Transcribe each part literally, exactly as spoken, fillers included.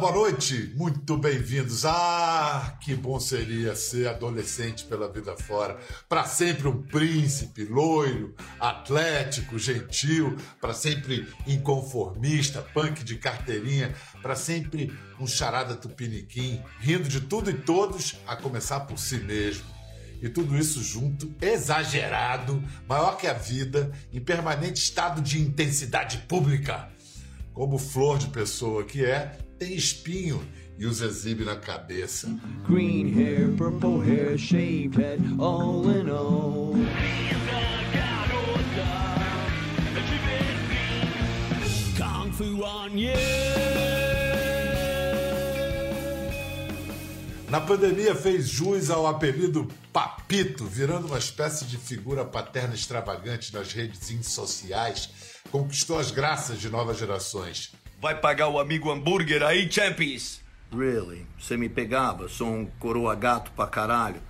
boa noite, muito bem-vindos. Ah, que bom seria ser adolescente pela vida fora. Para sempre um príncipe, loiro, atlético, gentil, para sempre inconformista, punk de carteirinha, para sempre um charada tupiniquim, rindo de tudo e todos, a começar por si mesmo. E tudo isso junto, exagerado, maior que a vida, em permanente estado de intensidade pública. Como flor de pessoa que é, tem espinho e os exibe na cabeça. Green hair, purple hair, shaved head, all in all. Kung Fu on you. Na pandemia fez jus ao apelido Papito, virando uma espécie de figura paterna extravagante nas redes sociais, conquistou as graças de novas gerações. Vai pagar o amigo hambúrguer aí, Champions? Really? Você me pegava? Sou um coroa gato pra caralho.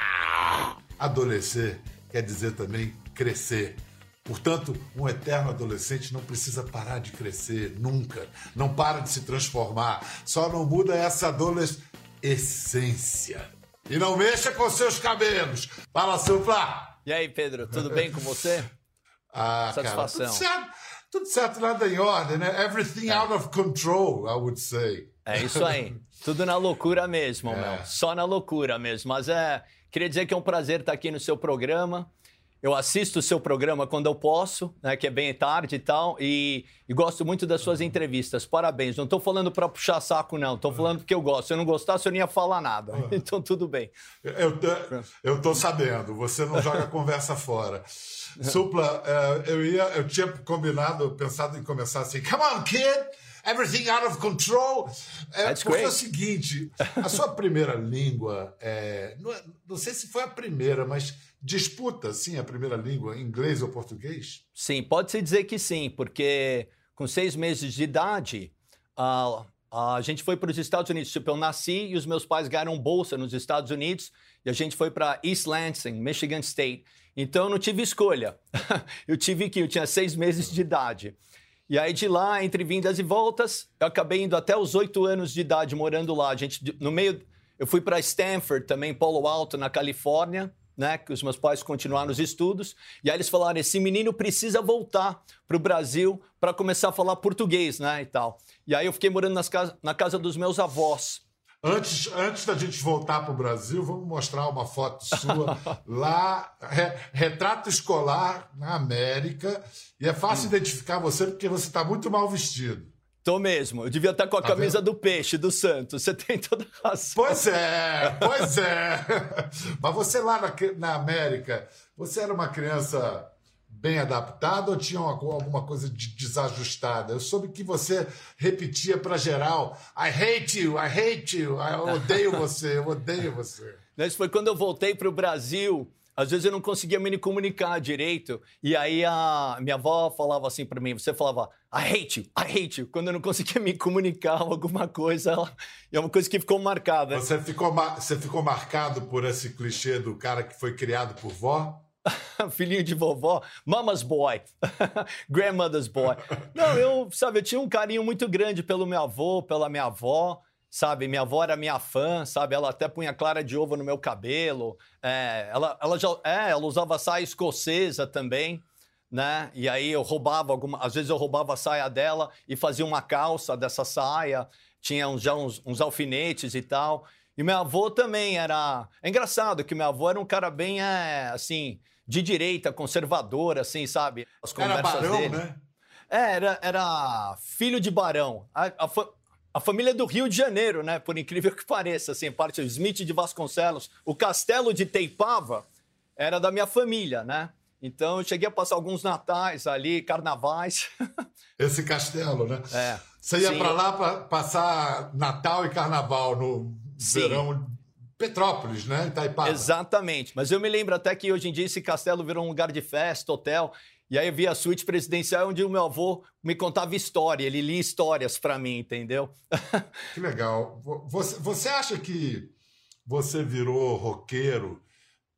Adolescer quer dizer também crescer. Portanto, um eterno adolescente não precisa parar de crescer, nunca. Não para de se transformar. Só não muda essa adolescência. E não mexa com seus cabelos. Fala, Supla! E aí, Pedro, tudo bem com você? Ah, satisfação. Cara, tudo certo, tudo certo, nada em ordem, né? Everything é. out of control, I would say. É isso aí. Tudo na loucura mesmo, é. meu. Só na loucura mesmo. Mas é, queria dizer que é um prazer estar aqui no seu programa. Eu assisto o seu programa quando eu posso, né, que é bem tarde e tal, e, e gosto muito das suas entrevistas. Parabéns. Não estou falando para puxar saco, não. Estou falando porque eu gosto. Se eu não gostasse, eu não ia falar nada. Então, tudo bem. Eu, eu tô sabendo. Você não joga a conversa fora. Supla, eu, ia, eu tinha combinado, pensado em começar assim, come on, kid! Everything out of control. É, That's porque great. é o seguinte, a sua primeira língua, é, não, não sei se foi a primeira, mas disputa, sim, a primeira língua, inglês ou português? Sim, pode-se dizer que sim, porque com seis meses de idade, a, a gente foi para os Estados Unidos. Tipo, eu nasci e os meus pais ganharam bolsa nos Estados Unidos e a gente foi para East Lansing, Michigan State. Então, eu não tive escolha. Eu tive que, eu tinha seis meses de idade. E aí, de lá, entre vindas e voltas, eu acabei indo até os oito anos de idade, morando lá. A gente, no meio, eu fui para Stanford, também Palo Alto, na Califórnia, né, que os meus pais continuaram os estudos. E aí eles falaram, esse menino precisa voltar para o Brasil para começar a falar português, né, e tal. E aí eu fiquei morando nas casa, na casa dos meus avós. Antes, antes da gente voltar para o Brasil, vamos mostrar uma foto sua lá, re, retrato escolar na América, e é fácil identificar você porque você está muito mal vestido. Tô mesmo, eu devia estar com a tá camisa vendo? do Peixe, do Santos, você tem toda a razão. Pois é, pois é. Mas você lá na, na América, você era uma criança bem adaptada ou tinha uma, alguma coisa de desajustada? Eu soube que você repetia para geral, I hate you, I hate you, eu odeio você, eu odeio você. Isso foi quando eu voltei para o Brasil. Às vezes eu não conseguia me comunicar direito. E aí a minha avó falava assim para mim, você falava, I hate you, I hate you. Quando eu não conseguia me comunicar alguma coisa, ela... é uma coisa que ficou marcada. Você ficou, você ficou marcado por esse clichê do cara que foi criado por vó? Filhinho de vovó, mama's boy, grandmother's boy. Não, eu, sabe, eu tinha um carinho muito grande pelo meu avô, pela minha avó, sabe? Minha avó era minha fã, sabe? Ela até punha clara de ovo no meu cabelo. É, ela, ela, já, é, ela usava saia escocesa também, né? E aí eu roubava alguma... Às vezes eu roubava a saia dela e fazia uma calça dessa saia. Tinha uns, já uns, uns alfinetes e tal. E meu avô também era... É engraçado que meu avô era um cara bem, é, assim, de direita, conservador, assim, sabe? As Era barão, dele. né? É, era, era filho de barão. A, a, a família do Rio de Janeiro, né? Por incrível que pareça, assim, parte do Smith de Vasconcelos. O castelo de Teipava era da minha família, né? Então, eu cheguei a passar alguns natais ali, carnavais. Esse castelo, né? É. Você ia Sim. para lá para passar Natal e Carnaval no Sim. verão Petrópolis, né? Itaipava. Exatamente. Mas eu me lembro até que hoje em dia esse castelo virou um lugar de festa, hotel. E aí eu vi a suíte presidencial onde o meu avô me contava história. Ele lia histórias para mim, entendeu? Que legal. Você, você acha que você virou roqueiro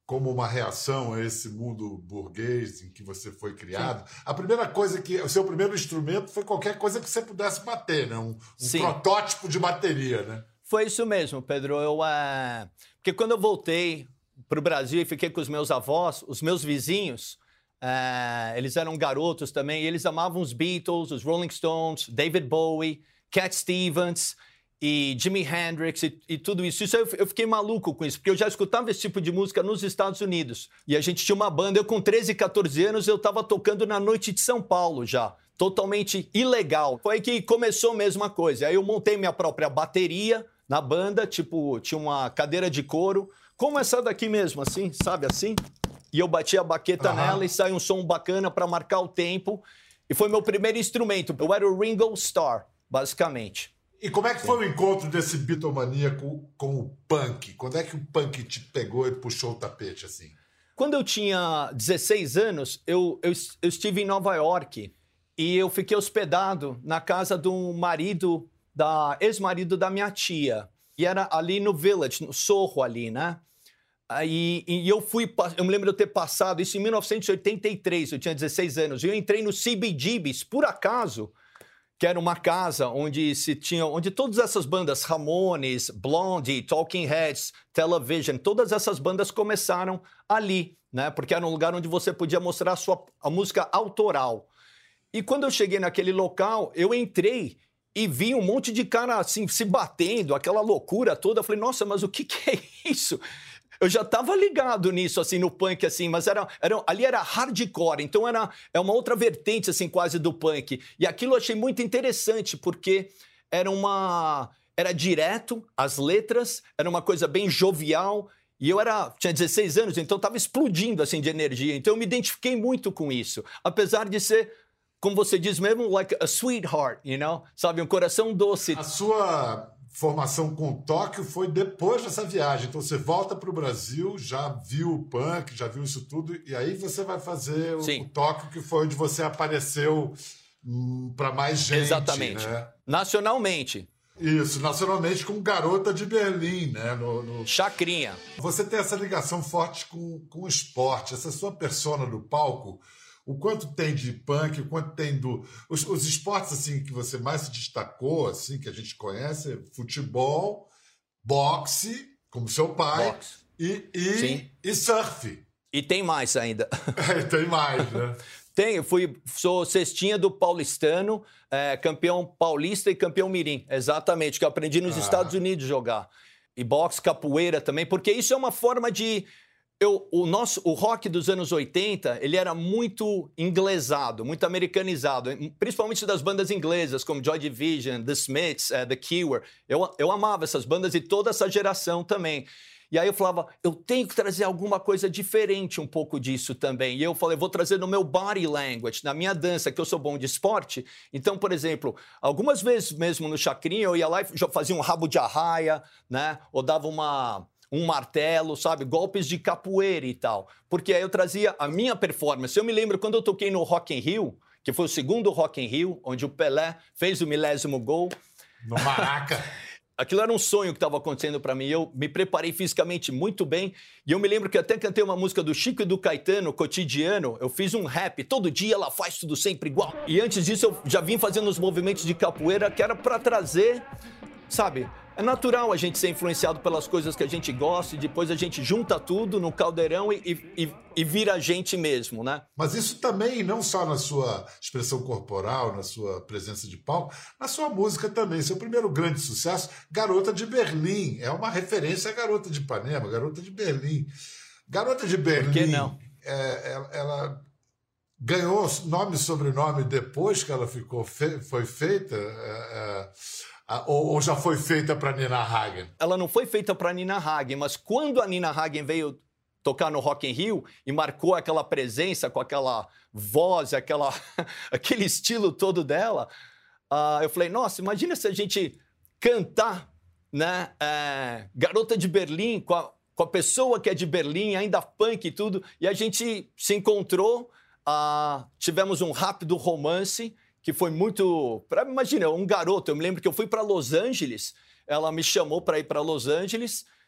como uma reação a esse mundo burguês em que você foi criado. Sim. A primeira coisa que... O seu primeiro instrumento foi qualquer coisa que você pudesse bater, né? Um, um protótipo de bateria, né? Foi isso mesmo, Pedro. Eu, uh... Porque quando eu voltei para o Brasil e fiquei com os meus avós, os meus vizinhos, uh... eles eram garotos também, e eles amavam os Beatles, os Rolling Stones, David Bowie, Cat Stevens e Jimi Hendrix e, e tudo isso. Isso eu, eu fiquei maluco com isso, porque eu já escutava esse tipo de música nos Estados Unidos. E a gente tinha uma banda, eu com treze, catorze anos, eu estava tocando na Noite de São Paulo já. Totalmente ilegal. Foi aí que começou mesmo a coisa. Aí eu montei minha própria bateria na banda, tipo, tinha uma cadeira de couro, como essa daqui mesmo, assim, sabe, assim? E eu bati a baqueta uhum. nela e saiu um som bacana para marcar o tempo. E foi meu primeiro instrumento. Eu era o Ringo Starr, basicamente. E como é que foi o encontro desse bitomaníaco com o punk? Quando é que o punk te pegou e puxou o tapete, assim? Quando eu tinha dezesseis anos, eu, eu, eu estive em Nova York e eu fiquei hospedado na casa do marido, da ex-marido da minha tia. E era ali no Village, no Sorro ali, né? Aí, e eu fui, eu me lembro de eu ter passado isso em mil novecentos e oitenta e três, eu tinha dezesseis anos. E eu entrei no C B G B's, por acaso, que era uma casa onde se tinha, onde todas essas bandas, Ramones, Blondie, Talking Heads, Television, todas essas bandas começaram ali, né? Porque era um lugar onde você podia mostrar a sua a música autoral. E quando eu cheguei naquele local, eu entrei e vi um monte de cara assim se batendo, aquela loucura toda. Eu falei, nossa, mas o que, que é isso? Eu já estava ligado nisso, assim, no punk, assim, mas era, era, ali era hardcore, então era é uma outra vertente, assim, quase do punk. E aquilo eu achei muito interessante, porque era uma... Era direto, as letras, era uma coisa bem jovial, e eu era, tinha dezesseis anos, então estava explodindo, assim, de energia. Então eu me identifiquei muito com isso, apesar de ser, como você diz mesmo, like a sweetheart, you know? Sabe, um coração doce. A sua formação com Tóquio foi depois dessa viagem. Então você volta para o Brasil, já viu o punk, já viu isso tudo, e aí você vai fazer o, o Tóquio, que foi onde você apareceu hum, para mais gente. Exatamente. Né? Nacionalmente. Isso, nacionalmente como Garota de Berlim, né? No, no... Chacrinha. Você tem essa ligação forte com, com o esporte, essa sua persona do palco. O quanto tem de punk, o quanto tem do... Os, os esportes assim, que você mais se destacou, assim, que a gente conhece, futebol, boxe, como seu pai, boxe. E, e, e surf. E tem mais ainda. É, tem mais, né? Tem, eu fui, sou cestinha do paulistano, é, campeão paulista e campeão mirim. Exatamente, que eu aprendi nos ah. Estados Unidos jogar. E boxe, capoeira também, porque isso é uma forma de... Eu, o, nosso, o rock dos anos oitenta, ele era muito inglesado, muito americanizado, principalmente das bandas inglesas, como Joy Division, The Smiths, uh, The Cure. Eu, eu amava essas bandas e toda essa geração também. E aí eu falava, eu tenho que trazer alguma coisa diferente um pouco disso também. E eu falei, vou trazer no meu body language, na minha dança, que eu sou bom de esporte. Então, por exemplo, algumas vezes mesmo no Chacrinha, eu ia lá e fazia um rabo de arraia, né? Ou dava uma... um martelo, sabe? Golpes de capoeira e tal. Porque aí eu trazia a minha performance. Eu me lembro quando eu toquei no Rock in Rio, que foi o segundo Rock in Rio, onde o Pelé fez o milésimo gol. No Maraca. Aquilo era um sonho que estava acontecendo para mim. Eu me preparei fisicamente muito bem. E eu me lembro que até cantei uma música do Chico e do Caetano, Cotidiano. Eu fiz um rap. Todo dia ela faz tudo sempre igual. E antes disso eu já vim fazendo os movimentos de capoeira, que era para trazer, sabe... É natural a gente ser influenciado pelas coisas que a gente gosta e depois a gente junta tudo no caldeirão e, e, e vira a gente mesmo, né? Mas isso também, não só na sua expressão corporal, na sua presença de palco, na sua música também. Seu primeiro grande sucesso, Garota de Berlim. É uma referência à Garota de Ipanema, Garota de Berlim. Garota de Berlim... Por que não? É, ela, ela ganhou nome e sobrenome depois que ela ficou fe... foi feita... É, é... Ou já foi feita para Nina Hagen? Ela não foi feita para Nina Hagen, mas quando a Nina Hagen veio tocar no Rock in Rio e marcou aquela presença com aquela voz, aquela, aquele estilo todo dela, uh, eu falei, nossa, imagina se a gente cantar, né, é, Garota de Berlim com a, com a pessoa que é de Berlim, ainda punk e tudo, e a gente se encontrou, uh, tivemos um rápido romance, que foi muito... Pra, imagina, um garoto, eu me lembro que eu fui para Los Angeles, ela me chamou para ir para Los Angeles,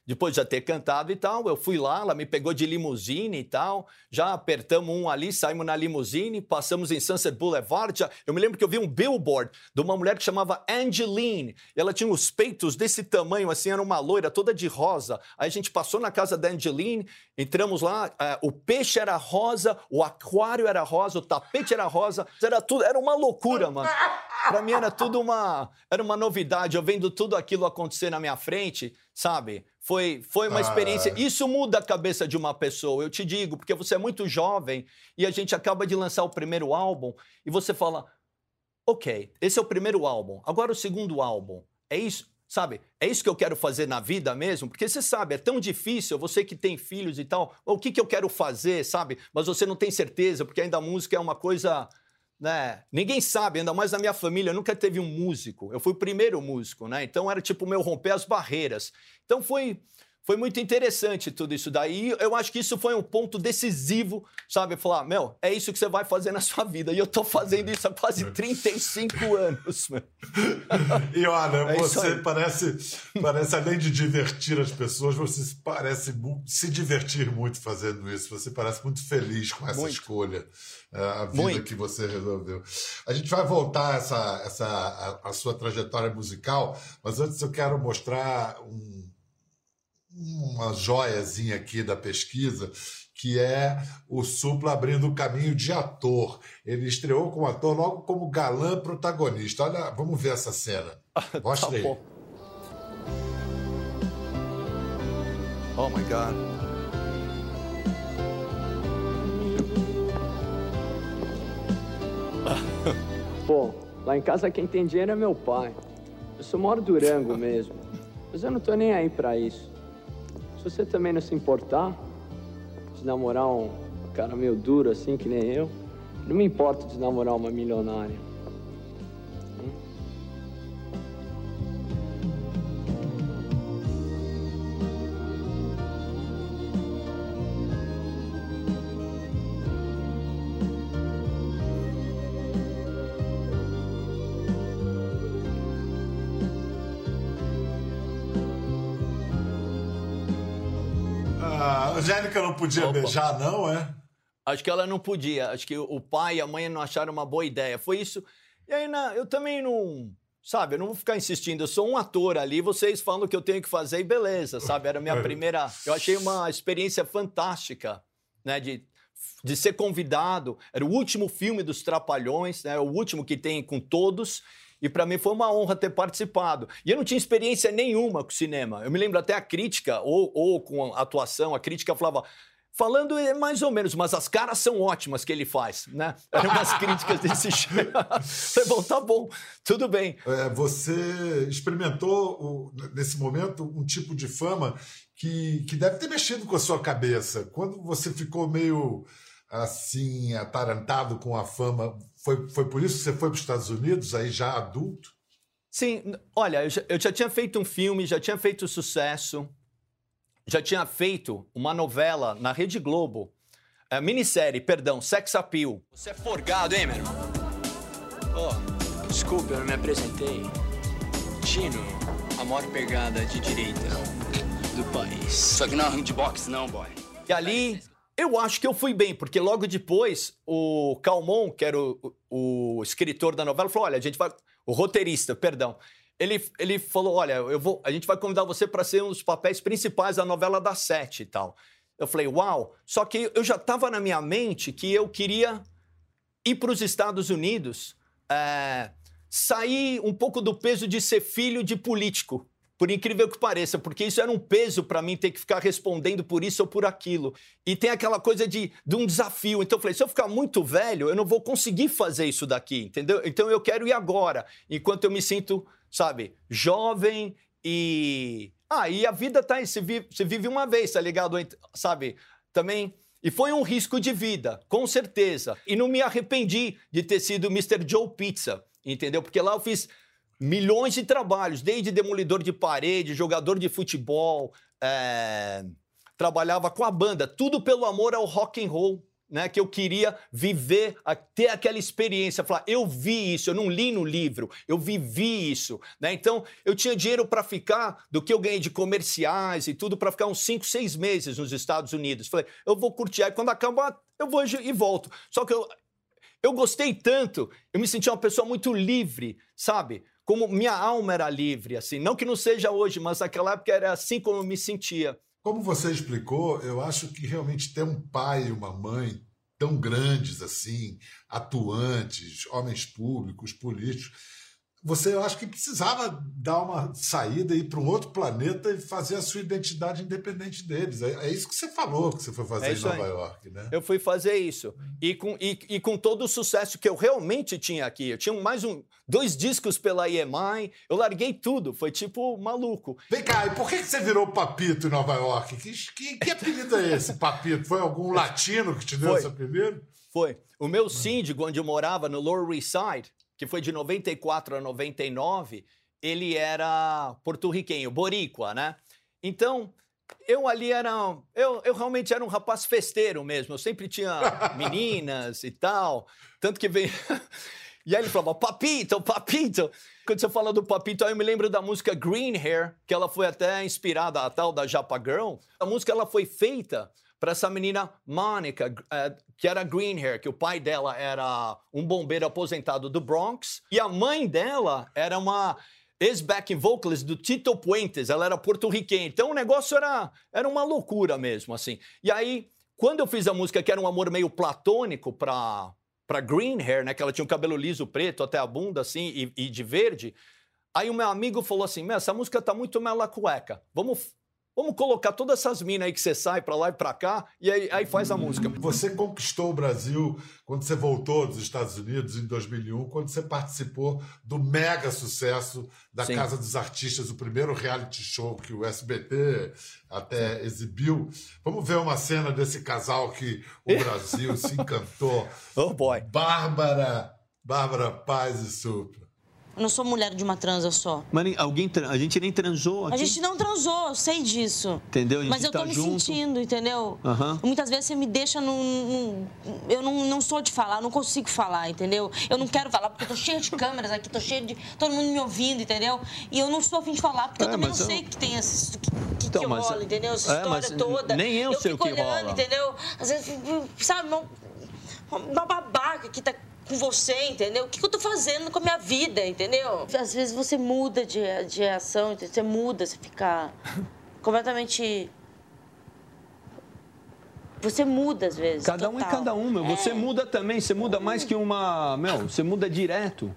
depois de já ter cantado e tal, eu fui lá, ela me pegou de limusine e tal, já apertamos um ali, saímos na limusine, passamos em Sunset Boulevard. Já, eu me lembro que eu vi um billboard de uma mulher que chamava Angeline. Ela tinha os peitos desse tamanho, assim, era uma loira toda de rosa. Aí a gente passou na casa da Angeline, entramos lá, uh, o peixe era rosa, o aquário era rosa, o tapete era rosa, era tudo, era uma loucura, mano. Pra mim era tudo uma, era uma novidade, eu vendo tudo aquilo acontecer na minha frente, sabe? Foi, foi uma experiência, isso muda a cabeça de uma pessoa, eu te digo, porque você é muito jovem e a gente acaba de lançar o primeiro álbum e você fala, ok, esse é o primeiro álbum, agora o segundo álbum, é isso, sabe? É isso que eu quero fazer na vida mesmo? Porque você sabe, é tão difícil, você que tem filhos e tal, o que que eu quero fazer, sabe? Mas você não tem certeza, porque ainda a música é uma coisa... Né? Ninguém sabe, ainda mais na minha família, nunca teve um músico. Eu fui o primeiro músico, né? Então era tipo o meu romper as barreiras. Então foi, foi muito interessante tudo isso daí. Eu acho que isso foi um ponto decisivo, sabe? Falar, meu, é isso que você vai fazer na sua vida. E eu tô fazendo isso há quase trinta e cinco anos, meu. E olha, É você parece, parece, além de divertir as pessoas, você parece se divertir muito fazendo isso. Você parece muito feliz com essa Muito. escolha. A vida Muito. que você resolveu. A gente vai voltar a, essa, essa, a, a sua trajetória musical, mas antes eu quero mostrar um, uma joiazinha aqui da pesquisa, que é o Supla abrindo o caminho de ator. Ele estreou como ator logo como galã protagonista. Olha, vamos ver essa cena. Mostra aí. Tá bom. Oh, my God. Pô, lá em casa quem tem dinheiro é meu pai. Eu só moro Durango mesmo. Mas eu não tô nem aí pra isso. Se você também não se importar de namorar um cara meio duro assim, que nem eu, não me importo de namorar uma milionária. Hum? A Angélica não podia Opa. beijar, não, é? Acho que ela não podia. Acho que o pai e a mãe não acharam uma boa ideia. Foi isso. E aí, na, eu também não... Sabe, eu não vou ficar insistindo. Eu sou um ator ali, vocês falam o que eu tenho que fazer e beleza, sabe? Era a minha primeira... Eu achei uma experiência fantástica, né? De, de ser convidado. Era o último filme dos Trapalhões, né? O último que tem com todos. E para mim foi uma honra ter participado. E eu não tinha experiência nenhuma com cinema. Eu me lembro até a crítica, ou, ou com a atuação, a crítica falava... Falando é mais ou menos, mas as caras são ótimas que ele faz, né? Eram umas críticas desse jeito. Falei, bom, tá bom, tudo bem. É, você experimentou, o, nesse momento, um tipo de fama que, que deve ter mexido com a sua cabeça. Quando você ficou meio, assim, atarantado com a fama, foi, foi por isso que você foi para os Estados Unidos, aí já adulto? Sim, olha, eu já, eu já tinha feito um filme, já tinha feito sucesso, já tinha feito uma novela na Rede Globo, é, minissérie, perdão, Sex Appeal. Você é forgado, hein, meu irmão? Oh, desculpa, eu não me apresentei. Tino, a maior pegada de direita do país. Só que não é ringue de boxe, não, boy. E ali, eu acho que eu fui bem, porque logo depois, o Calmon, que era o, o, o escritor da novela, falou, olha, a gente vai... O roteirista, perdão. Ele, ele falou, olha, eu vou, a gente vai convidar você para ser um dos papéis principais da novela das sete e tal. Eu falei, uau! Só que eu já estava na minha mente que eu queria ir para os Estados Unidos, é, sair um pouco do peso de ser filho de político, por incrível que pareça, porque isso era um peso para mim ter que ficar respondendo por isso ou por aquilo. E tem aquela coisa de, de um desafio. Então eu falei, se eu ficar muito velho, eu não vou conseguir fazer isso daqui, entendeu? Então eu quero ir agora, enquanto eu me sinto... sabe, jovem e... Ah, e a vida tá aí, você vive, você vive uma vez, tá ligado? Sabe, também... E foi um risco de vida, com certeza. E não me arrependi de ter sido mister Joe Pizza, entendeu? Porque lá eu fiz milhões de trabalhos, desde demolidor de parede, jogador de futebol, é... trabalhava com a banda, tudo pelo amor ao rock and roll, né, que eu queria viver, ter aquela experiência, falar, eu vi isso, eu não li no livro, eu vivi isso, né? Então, eu tinha dinheiro para ficar, do que eu ganhei de comerciais e tudo, para ficar uns cinco, seis meses nos Estados Unidos. Falei, eu vou curtir, aí quando acabar, eu vou e volto. Só que eu, eu gostei tanto, eu me senti uma pessoa muito livre, sabe? Como minha alma era livre, assim. Não que não seja hoje, mas naquela época era assim como eu me sentia. Como você explicou, eu acho que realmente ter um pai e uma mãe tão grandes assim, atuantes, homens públicos, políticos, você, eu acho que precisava dar uma saída e ir para um outro planeta e fazer a sua identidade independente deles. É, é isso que você falou que você foi fazer é em Nova aí. York, né? Eu fui fazer isso. E com, e, e com todo o sucesso que eu realmente tinha aqui. Eu tinha mais um, dois discos pela E M I, eu larguei tudo. Foi tipo maluco. Vem cá, e por que você virou Papito em Nova York? Que, que, que apelido é esse, Papito? Foi algum latino que te deu Foi. esse apelido? Foi. O meu síndico, onde eu morava, no Lower East Side, que foi de noventa e quatro a noventa e nove, ele era porto-riquenho, boricua, né? Então, eu ali era... Eu, eu realmente era um rapaz festeiro mesmo. Eu sempre tinha meninas e tal. Tanto que veio... E aí ele falava, Papito, Papito. Quando você fala do Papito, aí eu me lembro da música Green Hair, que ela foi até inspirada, a tal da Japa Girl. A música, ela foi feita para essa menina Mônica, uh, que era Green Hair, que o pai dela era um bombeiro aposentado do Bronx, e a mãe dela era uma ex-backing vocalist do Tito Puentes, ela era porto-riquenha. Então o negócio era, era uma loucura mesmo, assim. E aí, quando eu fiz a música, que era um amor meio platônico para para Green Hair, né, que ela tinha um cabelo liso preto até a bunda, assim, e, e de verde, aí o meu amigo falou assim, meu, essa música tá muito mela cueca, vamos... Vamos colocar todas essas minas aí que você sai pra lá e pra cá e aí, aí faz a música. Você conquistou o Brasil quando você voltou dos Estados Unidos em dois mil e um, quando você participou do mega sucesso da Sim. Casa dos Artistas, o primeiro reality show que o S B T até exibiu. Vamos ver uma cena desse casal que o Brasil se encantou. Oh, boy. Bárbara, Bárbara Paz e Supla. Eu não sou mulher de uma transa só. Mas alguém, a gente nem transou aqui. A gente não transou, eu sei disso. Entendeu? A gente Mas eu tô tá me junto. sentindo, entendeu? Uhum. Muitas vezes você me deixa num... num eu não, não sou de falar, eu não consigo falar, entendeu? Eu não quero falar porque eu tô cheia de câmeras aqui, tô cheia de... todo mundo me ouvindo, entendeu? E eu não sou a fim de falar, porque É, eu também não mas eu- sei que tem esse, que, que, Então, que mas- rola, entendeu? Essa é, história mas toda. nem eu sei o fico que olhando, rola. entendeu? Às vezes, sabe, uma, uma babaca que tá com você, entendeu? O que, que eu tô fazendo com a minha vida, entendeu? Às vezes você muda de, de reação, entendeu? Você muda, você fica completamente... Você muda às vezes. Cada um é total. cada um, meu. Você É. muda também, você muda mais que uma... Meu, você muda direto.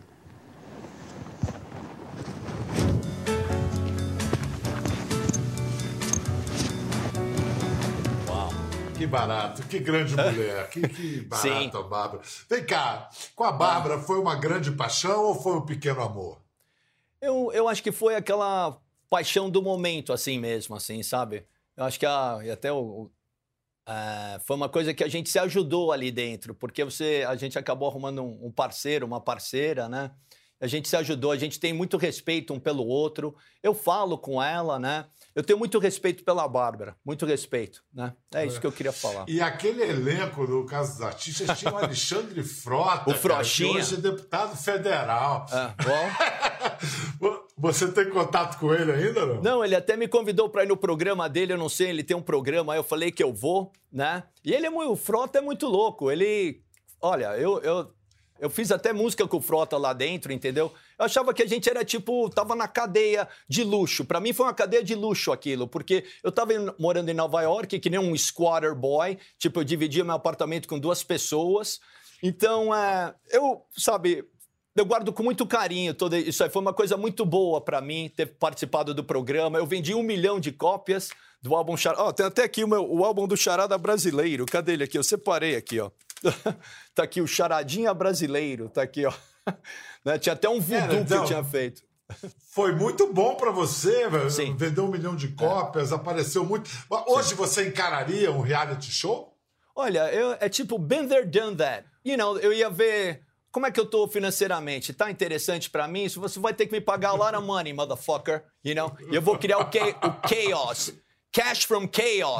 Que barato, que grande mulher, que, que barato Sim. a Bárbara. Vem cá, com a Bárbara foi uma grande paixão ou foi um pequeno amor? Eu, eu acho que foi aquela paixão do momento, assim mesmo, assim, sabe? Eu acho que a, e até o, o, é, foi uma coisa que a gente se ajudou ali dentro, porque você, a gente acabou arrumando um, um parceiro, uma parceira, né? A gente se ajudou, a gente tem muito respeito um pelo outro. Eu falo com ela, né? Eu tenho muito respeito pela Bárbara, muito respeito, né? É isso que eu queria falar. E aquele elenco do Caso dos Artistas tinha o Alexandre Frota, O Frochinha. cara, que hoje é deputado federal. É, bom. Você tem contato com ele ainda, não? Não, ele até me convidou para ir no programa dele, eu não sei, ele tem um programa, aí eu falei que eu vou, né? E ele é muito, o Frota é muito louco, ele, olha, eu, eu, eu fiz até música com o Frota lá dentro, entendeu? Eu achava que a gente era tipo, tava na cadeia de luxo, para mim foi uma cadeia de luxo aquilo, porque eu tava em- morando em Nova York, que nem um squatter boy, tipo, eu dividia meu apartamento com duas pessoas, então, é, eu, sabe... Eu guardo com muito carinho todo isso aí. Foi uma coisa muito boa pra mim ter participado do programa. Eu vendi um milhão de cópias do álbum Charada. Ó, tem até aqui o, meu, o álbum do Charada Brasileiro. Cadê ele aqui? Eu separei aqui, ó. Tá aqui o Charadinha Brasileiro. Tá aqui, ó. Né? Tinha até um voodoo Era, então, que eu tinha feito. Foi muito bom pra você, velho. Sim. Vendeu um milhão de cópias, apareceu muito. Mas hoje você encararia um reality show? Olha, eu, é tipo, been there, done that. You know, eu ia ver como é que eu tô financeiramente. Tá interessante pra mim? Isso você vai ter que me pagar a lot of money, motherfucker. You know? E eu vou criar o, cha- o chaos. Cash from chaos.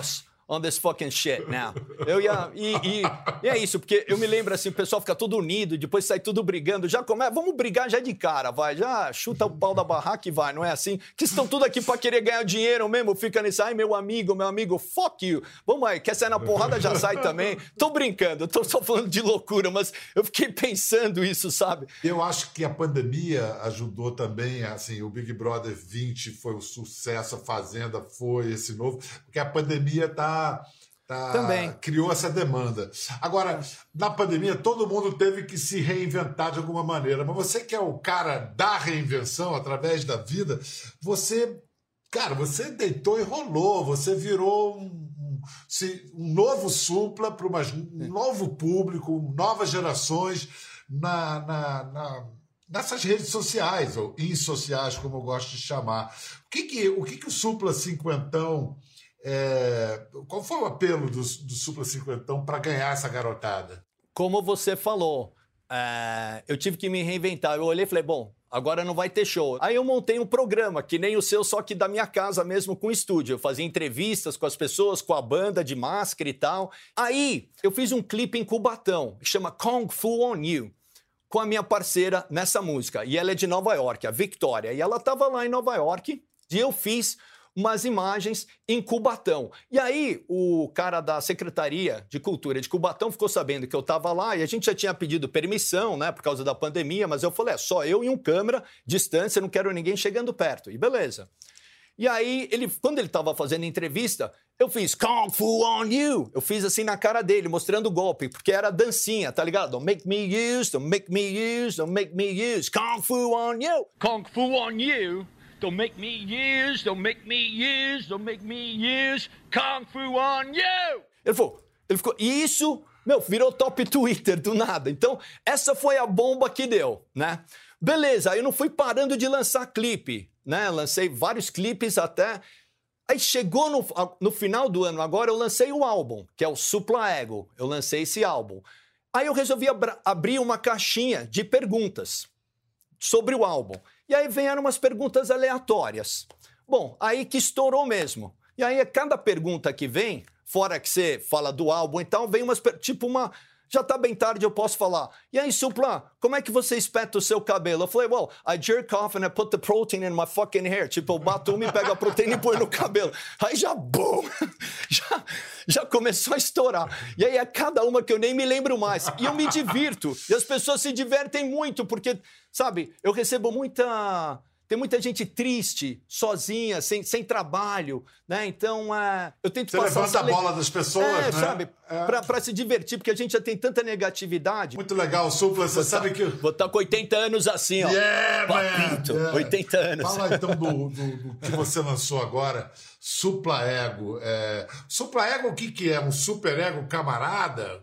on this fucking shit now. Eu ia... E, e, e é isso, porque eu me lembro assim, o pessoal fica todo unido, depois sai tudo brigando, já começa... Vamos brigar já de cara, vai. Já chuta o pau da barraca e vai, não é assim? Que estão tudo aqui pra querer ganhar dinheiro mesmo, fica nisso. Ai, meu amigo, meu amigo, fuck you. Vamos aí, quer sair na porrada, já sai também. Tô brincando, tô só falando de loucura, mas eu fiquei pensando isso, sabe? Eu acho que a pandemia ajudou também, assim, o Big Brother vinte foi um sucesso, a Fazenda foi esse novo, porque a pandemia tá, tá também criou essa demanda. Agora, na pandemia, todo mundo teve que se reinventar de alguma maneira, mas você que é o cara da reinvenção através da vida, você, cara, você deitou e rolou, você virou um, um, um novo Supla para um novo público, novas gerações na... na, na nessas redes sociais, ou insociais, como eu gosto de chamar. O que, que, o, que, que o Supla Cinquentão... É, qual foi o apelo do, do Supla Cinquentão para ganhar essa garotada? Como você falou, é, eu tive que me reinventar. Eu olhei e falei, bom, agora não vai ter show. Aí eu montei um programa, que nem o seu, só que da minha casa mesmo, com estúdio. Eu fazia entrevistas com as pessoas, com a banda de máscara e tal. Aí eu fiz um clipe em Cubatão, que chama Kung Fu on You, com a minha parceira nessa música. E ela é de Nova York, a Victoria. E ela estava lá em Nova York e eu fiz umas imagens em Cubatão. E aí o cara da Secretaria de Cultura de Cubatão ficou sabendo que eu estava lá e a gente já tinha pedido permissão, né, por causa da pandemia, mas eu falei, é só eu e um câmera, distância, não quero ninguém chegando perto. E beleza. E aí, ele, quando ele estava fazendo entrevista, eu fiz Kung Fu on You. Eu fiz assim na cara dele, mostrando o golpe, porque era dancinha, tá ligado? Don't make me use, don't make me use, don't make me use. Kung Fu on You. Kung Fu on you. Don't make me use, don't make me use, don't make me use. Kung Fu on you. Ele falou, ele ficou, e isso, meu, virou top Twitter do nada. Então, essa foi a bomba que deu, né? Beleza, aí eu não fui parando de lançar clipe, né? Lancei vários clipes até... Aí chegou no, no final do ano agora, eu lancei o álbum, que é o Supla Ego. Eu lancei esse álbum. Aí eu resolvi ab- abrir uma caixinha de perguntas sobre o álbum. E aí vieram umas perguntas aleatórias. Bom, aí que estourou mesmo. E aí cada pergunta que vem, fora que você fala do álbum e tal, vem umas... Tipo uma... Já tá bem tarde, eu posso falar. E aí, Supla, como é que você espeta o seu cabelo? Eu falei, well, I jerk off and I put the protein in my fucking hair. Tipo, eu bato uma e pego a proteína e põe no cabelo. Aí já, bum, já, já começou a estourar. E aí é cada uma que eu nem me lembro mais. E eu me divirto. E as pessoas se divertem muito, porque, sabe, eu recebo muita... Tem muita gente triste, sozinha, sem, sem trabalho, né? Então, é, eu tento Você passar... levanta a le... bola das pessoas, é, né? sabe? É. Pra, pra se divertir, porque a gente já tem tanta negatividade. Muito legal, Supla, você vou sabe tá, que... Vou estar tá com oitenta anos assim, ó. Yeah, Papito, man, yeah. oitenta anos. Fala então do, do, do que você lançou agora, Supla Ego. É... Supla Ego, o que, que é? Um super ego camarada?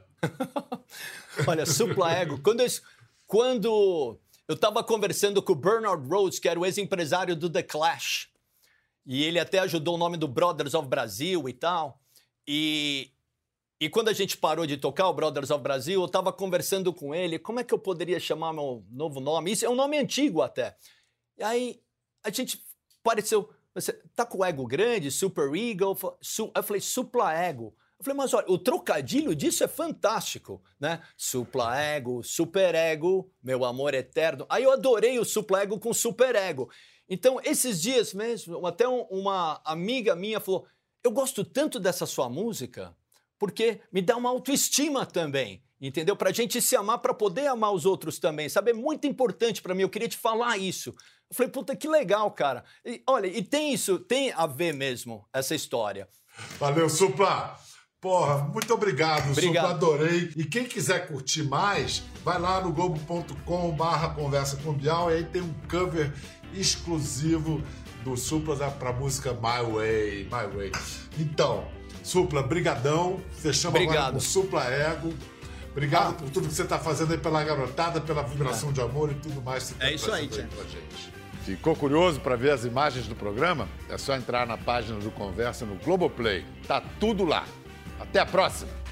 Olha, Supla Ego, quando eu... Quando... Eu estava conversando com o Bernard Rhodes, que era o ex-empresário do The Clash. E ele até ajudou o nome do Brothers of Brasil e tal. E, e quando a gente parou de tocar o Brothers of Brasil, eu estava conversando com ele. Como é que eu poderia chamar meu novo nome? Isso é um nome antigo até. E aí a gente pareceu... Você tá com o ego grande, Super Ego? Eu falei, Supla Ego. Eu falei, mas olha, o trocadilho disso é fantástico, né? Supla Ego, Super Ego, meu amor eterno. Aí eu adorei o Supla Ego com Super Ego. Então, esses dias mesmo, até um, uma amiga minha falou, eu gosto tanto dessa sua música, porque me dá uma autoestima também, entendeu? Pra gente se amar, pra poder amar os outros também, sabe? É muito importante pra mim, eu queria te falar isso. Eu falei, puta, que legal, cara. E, olha, e tem isso, tem a ver mesmo, essa história. Valeu, Supla! Porra, muito obrigado, obrigado. Supla, adorei. E quem quiser curtir mais, vai lá no globo ponto com barra conversa com Bial e aí tem um cover exclusivo do Supla pra música My Way, My Way. Então, Supla, brigadão. Fechamos Obrigado. agora com Supla Ego. Obrigado ah. por tudo que você tá fazendo aí pela garotada, pela vibração é. de amor e tudo mais. Que você é tá isso aí, aí com a gente. Ficou curioso para ver as imagens do programa? É só entrar na página do Conversa no Globoplay. Tá tudo lá. Até a próxima!